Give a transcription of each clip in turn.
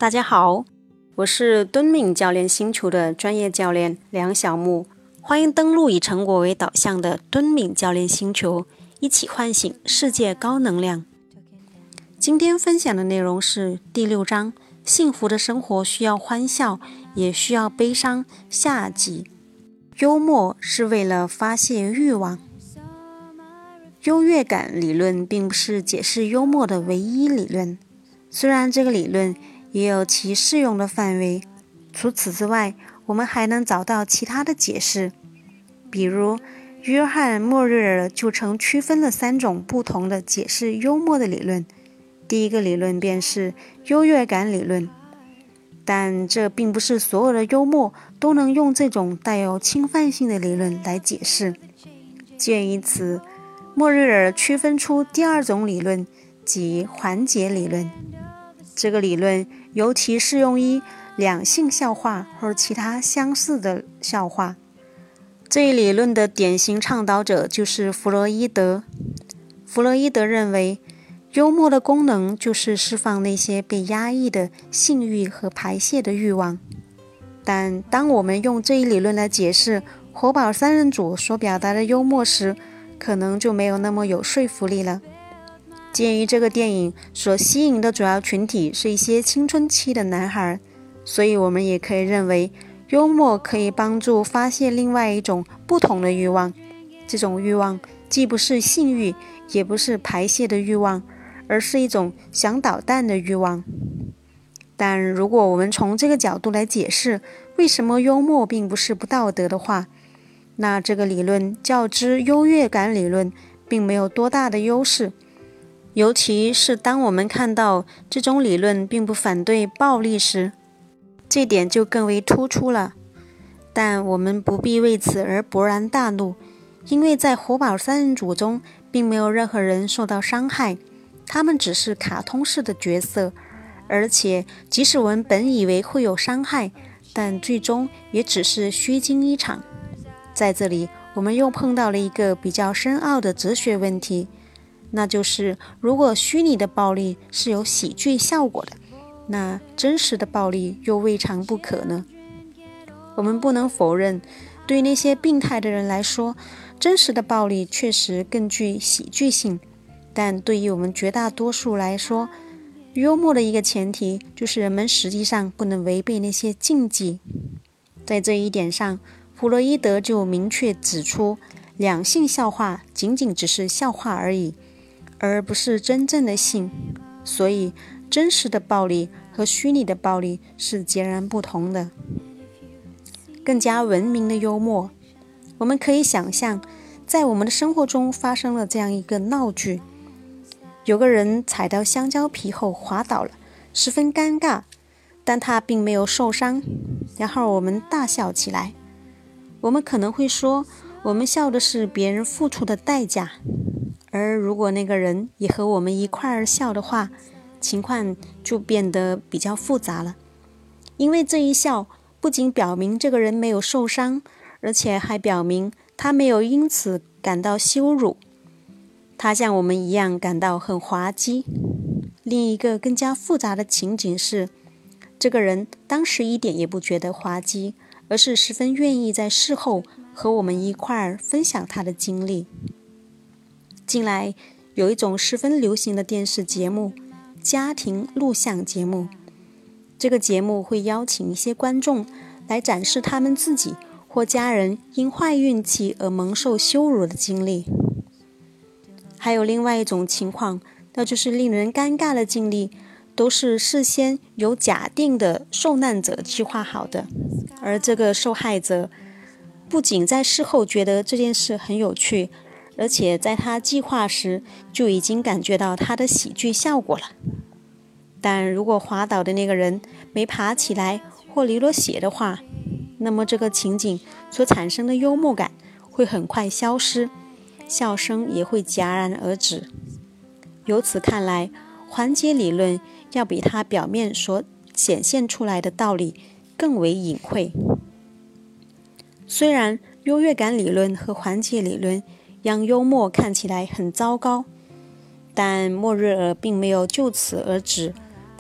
大家好，我是敦敏教练星球的专业教练梁小木，欢迎登录以成果为导向的敦敏教练星球，一起唤醒世界高能量。今天分享的内容是第6章，幸福的生活需要欢笑，也需要悲伤，下集。幽默是为了发泄欲望。优越感理论并不是解释幽默的唯一理论，虽然这个理论也有其适用的范围，除此之外，我们还能找到其他的解释。比如，约翰·莫瑞尔就曾区分了3种不同的解释幽默的理论。第一个理论便是优越感理论，但这并不是所有的幽默都能用这种带有侵犯性的理论来解释。鉴于此，莫瑞尔区分出第2种理论，即缓解理论。这个理论尤其适用于两性笑话或其他相似的笑话。这一理论的典型倡导者就是弗洛伊德。弗洛伊德认为，幽默的功能就是释放那些被压抑的性欲和排泄的欲望。但当我们用这一理论来解释活宝三人组所表达的幽默时，可能就没有那么有说服力了。鉴于这个电影所吸引的主要群体是一些青春期的男孩，所以我们也可以认为，幽默可以帮助发泄另外一种不同的欲望。这种欲望既不是性欲，也不是排泄的欲望，而是一种想捣蛋的欲望。但如果我们从这个角度来解释为什么幽默并不是不道德的话，那这个理论较之优越感理论并没有多大的优势。尤其是当我们看到这种理论并不反对暴力时，这点就更为突出了。但我们不必为此而勃然大怒，因为在活宝三人组中并没有任何人受到伤害，他们只是卡通式的角色，而且即使我们本以为会有伤害，但最终也只是虚惊一场。在这里，我们又碰到了一个比较深奥的哲学问题，那就是如果虚拟的暴力是有喜剧效果的，那真实的暴力又未尝不可呢？我们不能否认，对那些病态的人来说，真实的暴力确实更具喜剧性，但对于我们绝大多数来说，幽默的一个前提就是人们实际上不能违背那些禁忌。在这一点上，弗洛伊德就明确指出，两性笑话仅仅只是笑话而已，而不是真正的性，所以真实的暴力和虚拟的暴力是截然不同的。更加文明的幽默，我们可以想象，在我们的生活中发生了这样一个闹剧，有个人踩到香蕉皮后滑倒了，十分尴尬，但他并没有受伤，然后我们大笑起来。我们可能会说，我们笑的是别人付出的代价，而如果那个人也和我们一块儿笑的话，情况就变得比较复杂了。因为这一笑不仅表明这个人没有受伤，而且还表明他没有因此感到羞辱，他像我们一样感到很滑稽。另一个更加复杂的情景是，这个人当时一点也不觉得滑稽，而是十分愿意在事后和我们一块儿分享他的经历。近来有一种十分流行的电视节目，家庭录像节目。这个节目会邀请一些观众来展示他们自己或家人因坏运气而蒙受羞辱的经历。还有另外一种情况，那就是令人尴尬的经历都是事先由假定的受难者计划好的，而这个受害者不仅在事后觉得这件事很有趣，而且在他计划时就已经感觉到他的喜剧效果了。但如果滑倒的那个人没爬起来或流了血的话，那么这个情景所产生的幽默感会很快消失，笑声也会戛然而止。由此看来，缓解理论要比它表面所显现出来的道理更为隐晦。虽然优越感理论和缓解理论让幽默看起来很糟糕，但莫瑞尔并没有就此而止，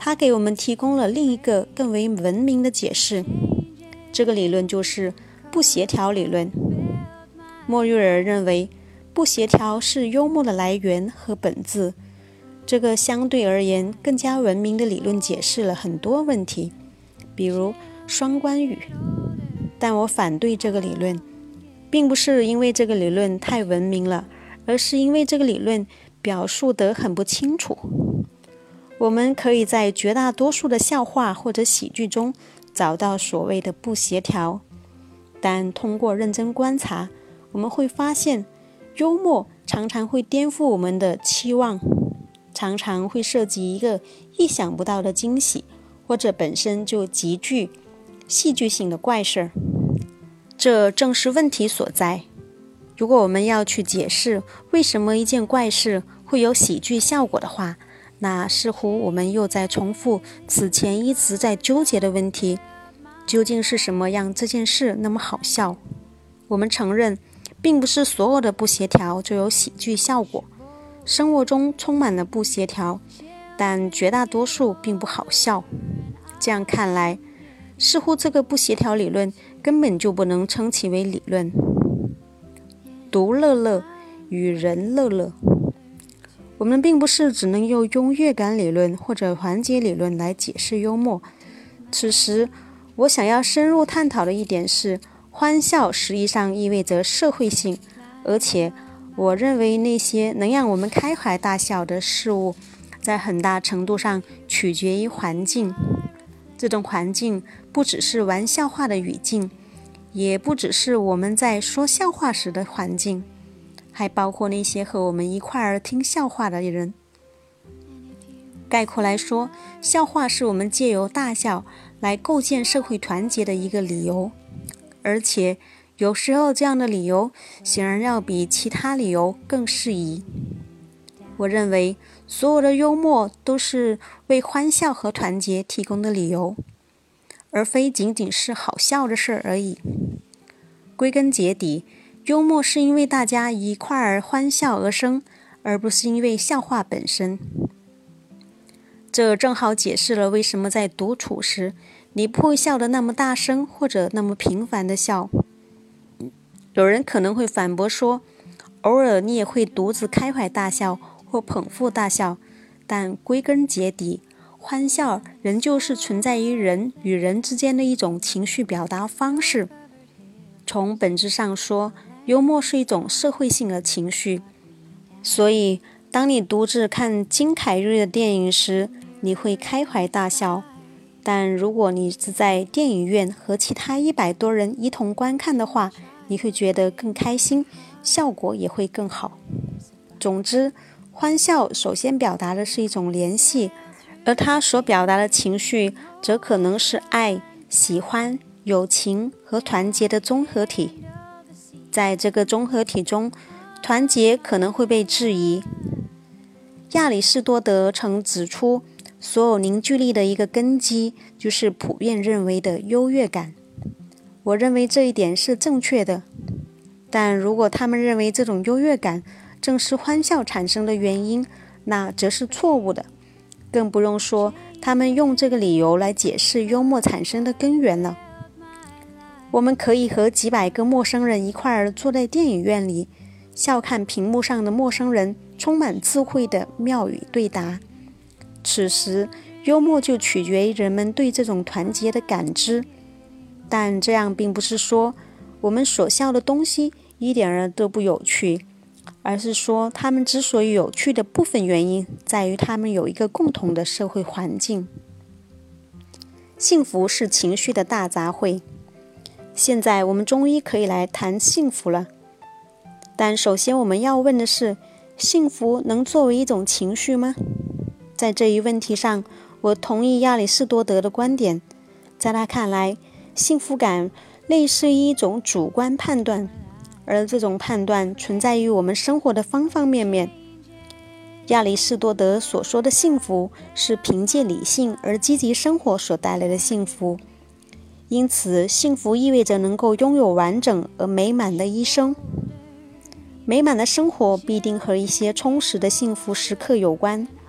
他给我们提供了另一个更为文明的解释。这个理论就是不协调理论。莫瑞尔认为，不协调是幽默的来源和本质。这个相对而言更加文明的理论解释了很多问题，比如双关语。但我反对这个理论，并不是因为这个理论太文明了，而是因为这个理论表述得很不清楚。我们可以在绝大多数的笑话或者喜剧中找到所谓的不协调，但通过认真观察，我们会发现，幽默常常会颠覆我们的期望，常常会涉及一个意想不到的惊喜，或者本身就极具戏剧性的怪事儿。这正是问题所在。如果我们要去解释为什么一件怪事会有喜剧效果的话，那似乎我们又在重复此前一直在纠结的问题，究竟是什么让这件事那么好笑？我们承认，并不是所有的不协调就有喜剧效果，生活中充满了不协调，但绝大多数并不好笑。这样看来，似乎这个不协调理论根本就不能称其为理论。独乐乐与人乐乐，我们并不是只能用优越感理论或者团结理论来解释幽默。此时，我想要深入探讨的一点是，欢笑实际上意味着社会性，而且我认为那些能让我们开怀大笑的事物，在很大程度上取决于环境。这种环境不只是玩笑话的语境，也不只是我们在说笑话时的环境，还包括那些和我们一块儿听笑话的人。概括来说，笑话是我们借由大笑来构建社会团结的一个理由，而且有时候这样的理由显然要比其他理由更适宜。我认为所有的幽默都是为欢笑和团结提供的理由，而非仅仅是好笑的事而已。归根结底，幽默是因为大家一块儿欢笑而生，而不是因为笑话本身。这正好解释了为什么在独处时，你不会笑得那么大声，或者那么频繁的笑。有人可能会反驳说，偶尔你也会独自开怀大笑或捧腹大笑，但归根结底，欢笑仍旧是存在于人与人之间的一种情绪表达方式。从本质上说，幽默是一种社会性的情绪。所以，当你独自看金凯瑞的电影时，你会开怀大笑。但如果你是在电影院和其他100多人一同观看的话，你会觉得更开心，效果也会更好。总之，欢笑首先表达的是一种联系，而它所表达的情绪则可能是爱、喜欢、友情和团结的综合体。在这个综合体中，团结可能会被质疑。亚里士多德曾指出，所有凝聚力的一个根基就是普遍认为的优越感。我认为这一点是正确的，但如果他们认为这种优越感正是欢笑产生的原因，那则是错误的。更不用说他们用这个理由来解释幽默产生的根源了。我们可以和几百个陌生人一块儿坐在电影院里，笑看屏幕上的陌生人充满智慧的妙语对答。此时，幽默就取决于人们对这种团结的感知。但这样并不是说我们所笑的东西一点儿都不有趣，而是说他们之所以有趣的部分原因在于他们有一个共同的社会环境。幸福是情绪的大杂烩。现在我们终于可以来谈幸福了。但首先我们要问的是，幸福能作为一种情绪吗？在这一问题上，我同意亚里士多德的观点。在他看来，幸福感类似于一种主观判断，而这种判断存在于我们生活的方方面面。亚里士多德所说的幸福是凭借理性而积极生活所带来的幸福，因此幸福意味着能够拥有完整而美满的一生。美满的生活必定和一些充实的幸福时刻有关，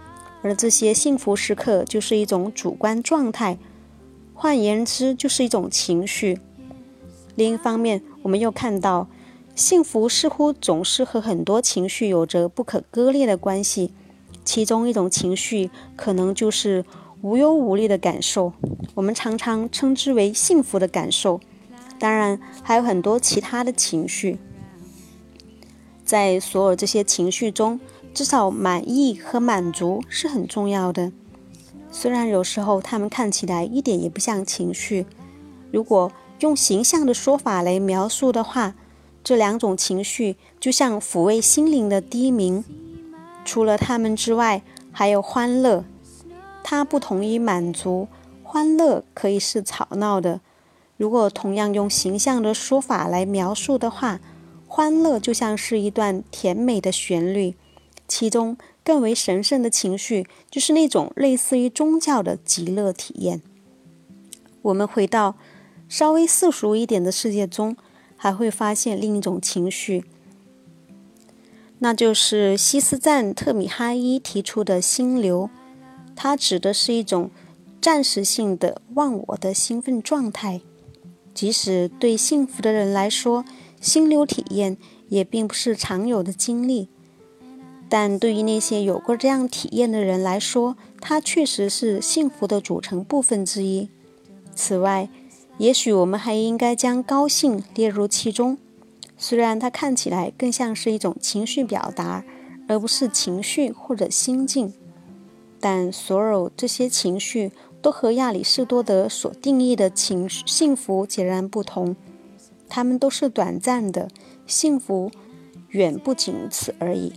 而这些幸福时刻就是一种主观状态，换言之就是一种情绪。另一方面，我们又看到幸福似乎总是和很多情绪有着不可割裂的关系，其中一种情绪可能就是无忧无虑的感受，我们常常称之为幸福的感受。当然还有很多其他的情绪，在所有这些情绪中，至少满意和满足是很重要的。虽然有时候它们看起来一点也不像情绪，如果用形象的说法来描述的话，这两种情绪就像抚慰心灵的低鸣。除了它们之外，还有欢乐，它不同于满足，欢乐可以是吵闹的。如果同样用形象的说法来描述的话，欢乐就像是一段甜美的旋律，其中更为神圣的情绪就是那种类似于宗教的极乐体验。我们回到稍微世俗一点的世界中，还会发现另一种情绪，那就是西斯赞特米哈伊提出的心流。它指的是一种暂时性的忘我的兴奋状态。即使对幸福的人来说，心流体验也并不是常有的经历，但对于那些有过这样体验的人来说，它确实是幸福的组成部分之一。此外，也许我们还应该将高兴列入其中，虽然它看起来更像是一种情绪表达，而不是情绪或者心境，但所有这些情绪都和亚里士多德所定义的幸福截然不同，它们都是短暂的，幸福远不仅此而已。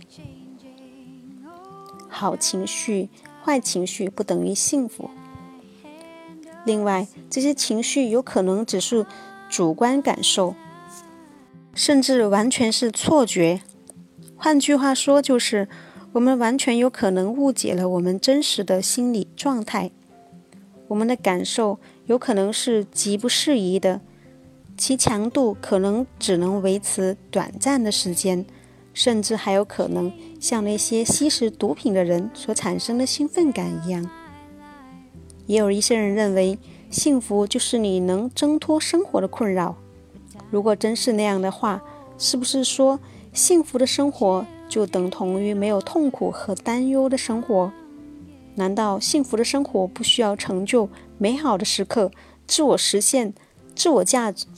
好情绪、坏情绪不等于幸福。另外，这些情绪有可能只是主观感受，甚至完全是错觉。换句话说，就是我们完全有可能误解了我们真实的心理状态。我们的感受有可能是极不适宜的，其强度可能只能维持短暂的时间，甚至还有可能像那些吸食毒品的人所产生的兴奋感一样。也有一些人认为，幸福就是你能挣脱生活的困扰。如果真是那样的话，是不是说幸福的生活就等同于没有痛苦和担忧的生活？难道幸福的生活不需要成就美好的时刻，自我实现、自我价值？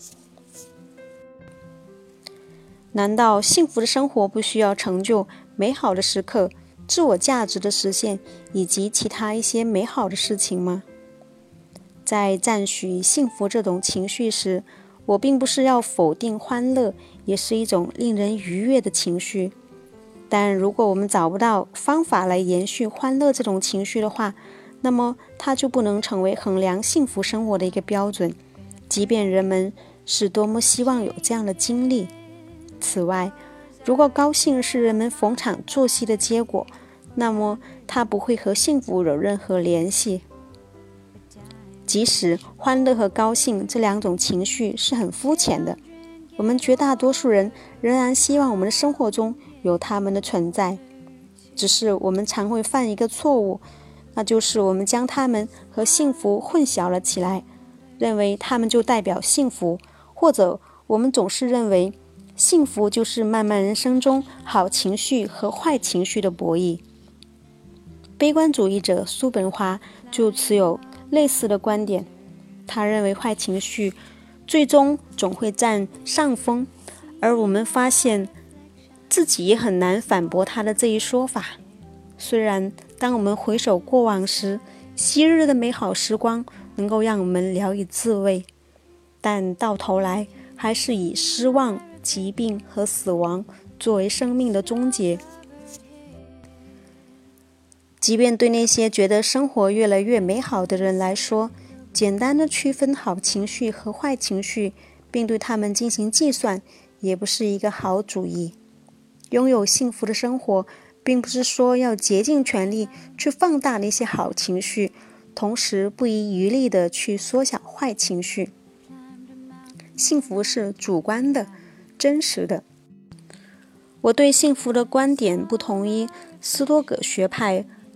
难道幸福的生活不需要成就美好的时刻、自我价值的实现以及其他一些美好的事情吗？在赞许幸福这种情绪时，我并不是要否定欢乐，也是一种令人愉悦的情绪。但如果我们找不到方法来延续欢乐这种情绪的话，那么它就不能成为衡量幸福生活的一个标准，即便人们是多么希望有这样的经历。此外，如果高兴是人们逢场作戏的结果，那么它不会和幸福有任何联系。即使欢乐和高兴这两种情绪是很肤浅的，我们绝大多数人仍然希望我们的生活中有它们的存在，只是我们常会犯一个错误，那就是我们将它们和幸福混淆了起来，认为它们就代表幸福，或者我们总是认为幸福就是漫漫人生中好情绪和坏情绪的博弈。悲观主义者叔本华就持有类似的观点，他认为坏情绪最终总会占上风，而我们发现自己也很难反驳他的这一说法。虽然当我们回首过往时，昔日的美好时光能够让我们聊以自慰，但到头来还是以失望、疾病和死亡作为生命的终结。即便对那些觉得生活越来越美好的人来说，简单的区分好情绪和坏情绪，并对他们进行计算，也不是一个好主意。拥有幸福的生活，并不是说要竭尽全力去放大那些好情绪，同时不遗余力地去缩小坏情绪。幸福是主观的、真实的。我对幸福的观点不同于斯多葛学派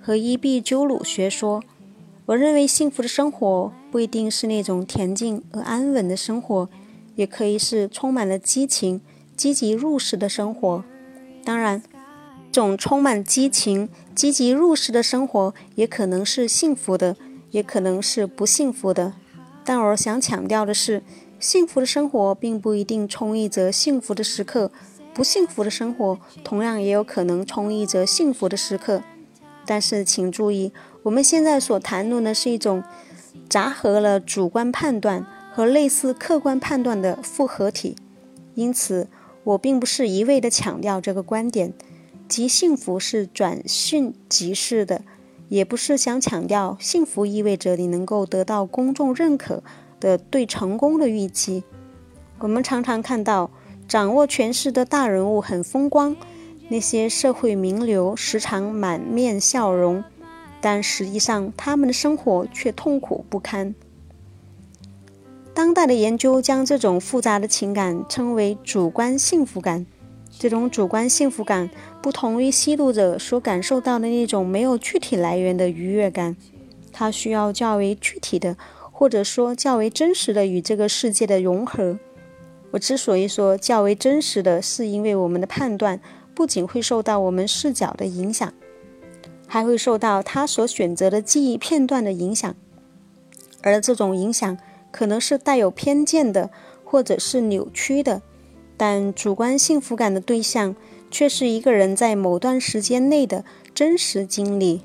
和伊壁鸠鲁学说。我认为幸福的生活不一定是那种恬静而安稳的生活，也可以是充满了激情、积极入世的生活。当然，这种充满激情、积极入世的生活也可能是幸福的，也可能是不幸福的。但我想强调的是，幸福的生活并不一定充溢着幸福的时刻，不幸福的生活同样也有可能充溢着幸福的时刻。但是请注意，我们现在所谈论的是一种杂合了主观判断和类似客观判断的复合体，因此我并不是一味地强调这个观点，即幸福是转瞬即逝的，也不是想强调幸福意味着你能够得到公众认可的对成功的预期。我们常常看到掌握权势的大人物很风光，那些社会名流时常满面笑容，但实际上他们的生活却痛苦不堪。当代的研究将这种复杂的情感称为主观幸福感。这种主观幸福感不同于吸毒者所感受到的那种没有具体来源的愉悦感，它需要较为具体的，或者说较为真实的与这个世界的融合。我之所以说较为真实的，是因为我们的判断不仅会受到我们视角的影响，还会受到他所选择的记忆片段的影响，而这种影响可能是带有偏见的，或者是扭曲的，但主观幸福感的对象却是一个人在某段时间内的真实经历。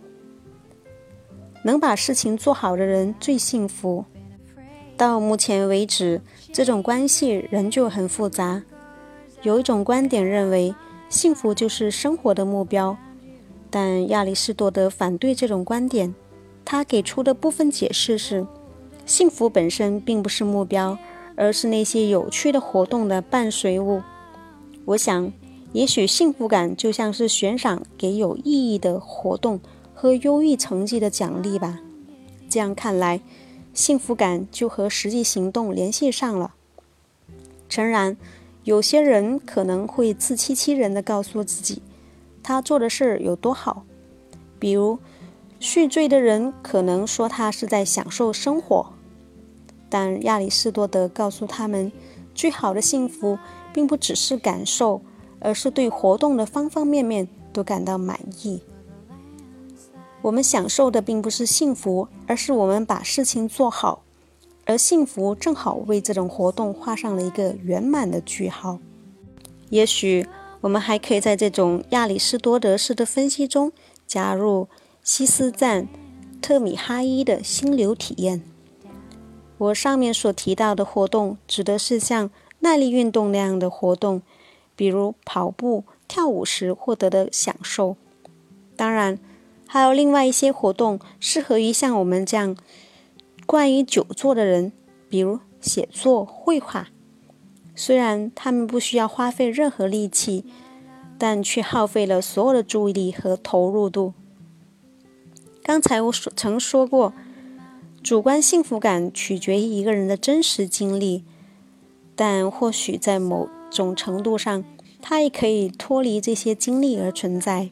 能把事情做好的人最幸福。到目前为止，这种关系仍旧很复杂。有一种观点认为，幸福就是生活的目标，但亚里士多德反对这种观点。他给出的部分解释是，幸福本身并不是目标，而是那些有趣的活动的伴随物。我想，也许幸福感就像是悬赏给有意义的活动和优异成绩的奖励吧。这样看来，幸福感就和实际行动联系上了。诚然，有些人可能会自欺欺人地告诉自己，他做的事有多好。比如，酗醉的人可能说他是在享受生活。但亚里士多德告诉他们，最好的幸福并不只是感受，而是对活动的方方面面都感到满意。我们享受的并不是幸福，而是我们把事情做好，而幸福正好为这种活动画上了一个圆满的句号。也许我们还可以在这种亚里士多德式的分析中加入西斯赞、特米哈伊的心流体验。我上面所提到的活动指的是像耐力运动那样的活动，比如跑步、跳舞时获得的享受。当然，还有另外一些活动适合于像我们这样惯于久坐的人，比如写作、绘画。虽然他们不需要花费任何力气，但却耗费了所有的注意力和投入度。刚才我曾说过，主观幸福感取决于一个人的真实经历，但或许在某种程度上，它也可以脱离这些经历而存在。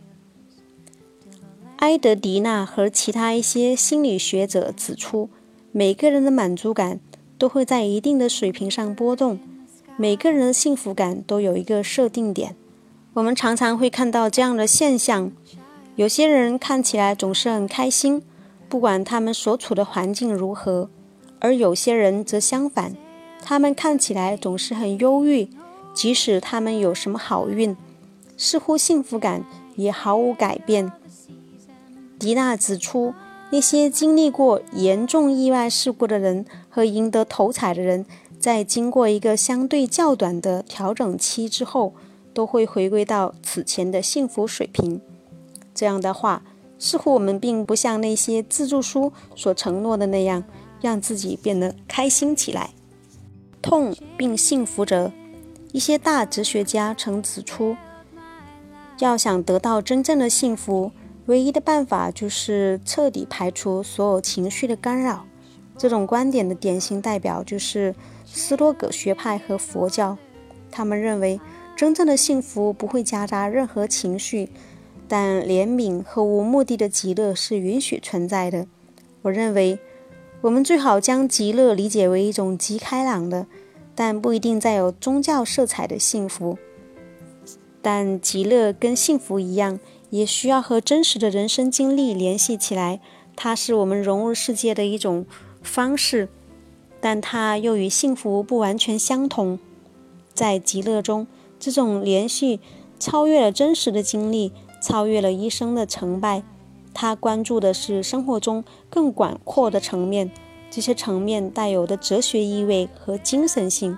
埃德迪纳和其他一些心理学者指出，每个人的满足感都会在一定的水平上波动，每个人的幸福感都有一个设定点。我们常常会看到这样的现象，有些人看起来总是很开心，不管他们所处的环境如何，而有些人则相反，他们看起来总是很忧郁，即使他们有什么好运，似乎幸福感也毫无改变。迪纳指出，那些经历过严重意外事故的人和赢得头彩的人，在经过一个相对较短的调整期之后，都会回归到此前的幸福水平。这样的话，似乎我们并不像那些自助书所承诺的那样，让自己变得开心起来。痛并幸福着。一些大哲学家曾指出，要想得到真正的幸福，唯一的办法就是彻底排除所有情绪的干扰。这种观点的典型代表就是斯多葛学派和佛教。他们认为，真正的幸福不会夹杂任何情绪， 但怜悯和无目的的极乐是允许存在的。我认为我们最好将极乐理解为一种极开朗的，但不一定带有宗教色彩的幸福。但极乐跟幸福一样，也需要和真实的人生经历联系起来，它是我们融入世界的一种方式，但它又与幸福不完全相同。在极乐中，这种联系超越了真实的经历，超越了一生的成败，它关注的是生活中更广阔的层面，这些层面带有的哲学意味和精神性。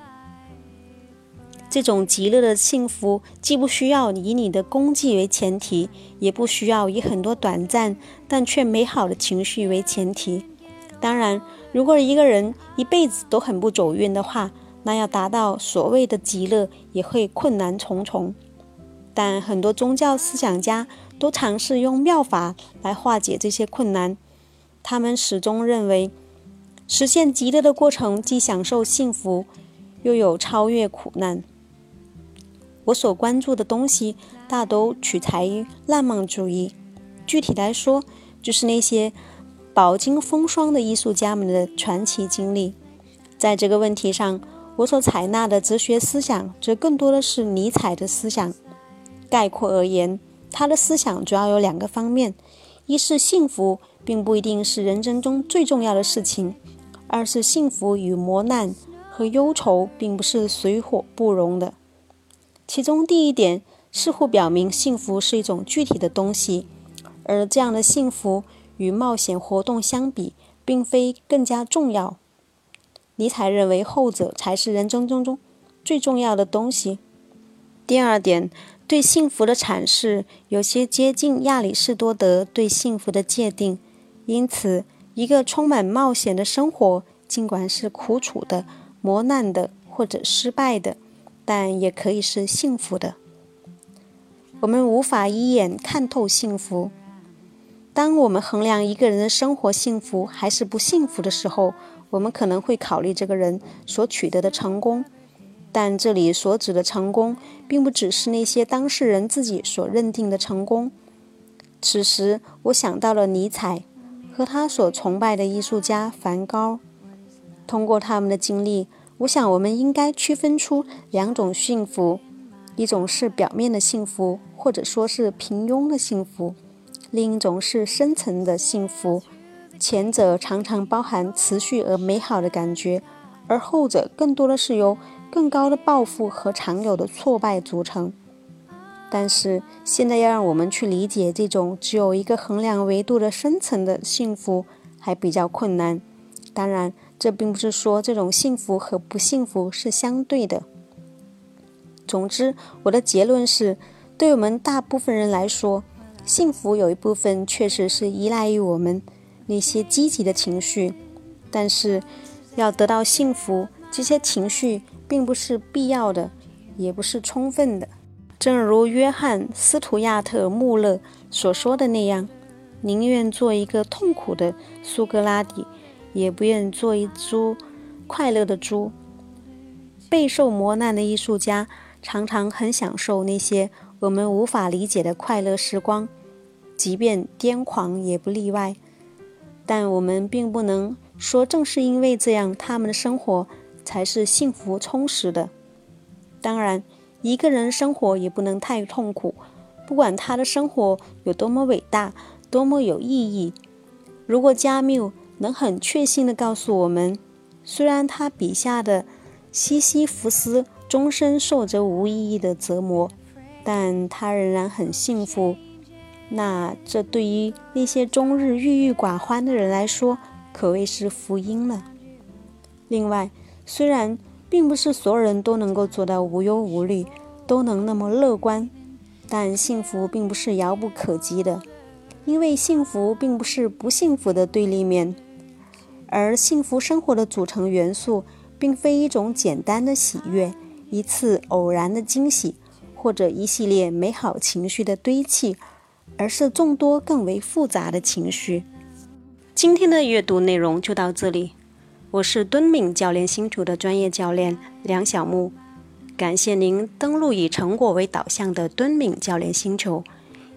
这种极乐的幸福既不需要以你的功绩为前提，也不需要以很多短暂但却美好的情绪为前提。当然，如果一个人一辈子都很不走运的话，那要达到所谓的极乐也会困难重重。但很多宗教思想家都尝试用妙法来化解这些困难。他们始终认为，实现极乐的过程既享受幸福，又有超越苦难。我所关注的东西大都取材于浪漫主义，具体来说，就是那些饱经风霜的艺术家们的传奇经历。在这个问题上，我所采纳的哲学思想则更多的是尼采的思想。概括而言，他的思想主要有两个方面：一是幸福并不一定是人生中最重要的事情；二是幸福与磨难和忧愁并不是水火不容的。其中第一点似乎表明幸福是一种具体的东西，而这样的幸福与冒险活动相比，并非更加重要。尼采认为后者才是人生中最重要的东西。第二点，对幸福的阐释有些接近亚里士多德对幸福的界定，因此一个充满冒险的生活，尽管是苦楚的、磨难的或者失败的，但也可以是幸福的。我们无法一眼看透幸福。当我们衡量一个人的生活幸福还是不幸福的时候，我们可能会考虑这个人所取得的成功，但这里所指的成功并不只是那些当事人自己所认定的成功。此时我想到了尼采和他所崇拜的艺术家梵高。通过他们的经历，我想我们应该区分出两种幸福，一种是表面的幸福，或者说是平庸的幸福，另一种是深层的幸福。前者常常包含持续而美好的感觉，而后者更多的是由更高的抱负和常有的挫败组成。但是现在要让我们去理解这种只有一个衡量维度的深层的幸福还比较困难。当然，这并不是说这种幸福和不幸福是相对的。总之，我的结论是，对我们大部分人来说，幸福有一部分确实是依赖于我们那些积极的情绪，但是要得到幸福，这些情绪并不是必要的，也不是充分的。正如约翰·斯图亚特·穆勒所说的那样，宁愿做一个痛苦的苏格拉底，也不愿做一株快乐的猪。备受磨难的艺术家常常很享受那些我们无法理解的快乐时光，即便癫狂也不例外。但我们并不能说正是因为这样，他们的生活才是幸福充实的。当然，一个人生活也不能太痛苦，不管他的生活有多么伟大，多么有意义。如果加缪能很确信地告诉我们，虽然他笔下的西西弗斯终身受着无意义的折磨，但他仍然很幸福，那这对于那些终日郁郁寡欢的人来说，可谓是福音了。另外，虽然并不是所有人都能够做到无忧无虑，都能那么乐观，但幸福并不是遥不可及的，因为幸福并不是不幸福的对立面，而幸福生活的组成元素并非一种简单的喜悦，一次偶然的惊喜，或者一系列美好情绪的堆砌，而是众多更为复杂的情绪。今天的阅读内容就到这里，我是敦敏教练星球的专业教练梁小木，感谢您登录以成果为导向的敦敏教练星球，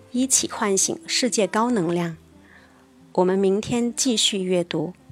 一起唤醒世界高能量。我们明天继续阅读。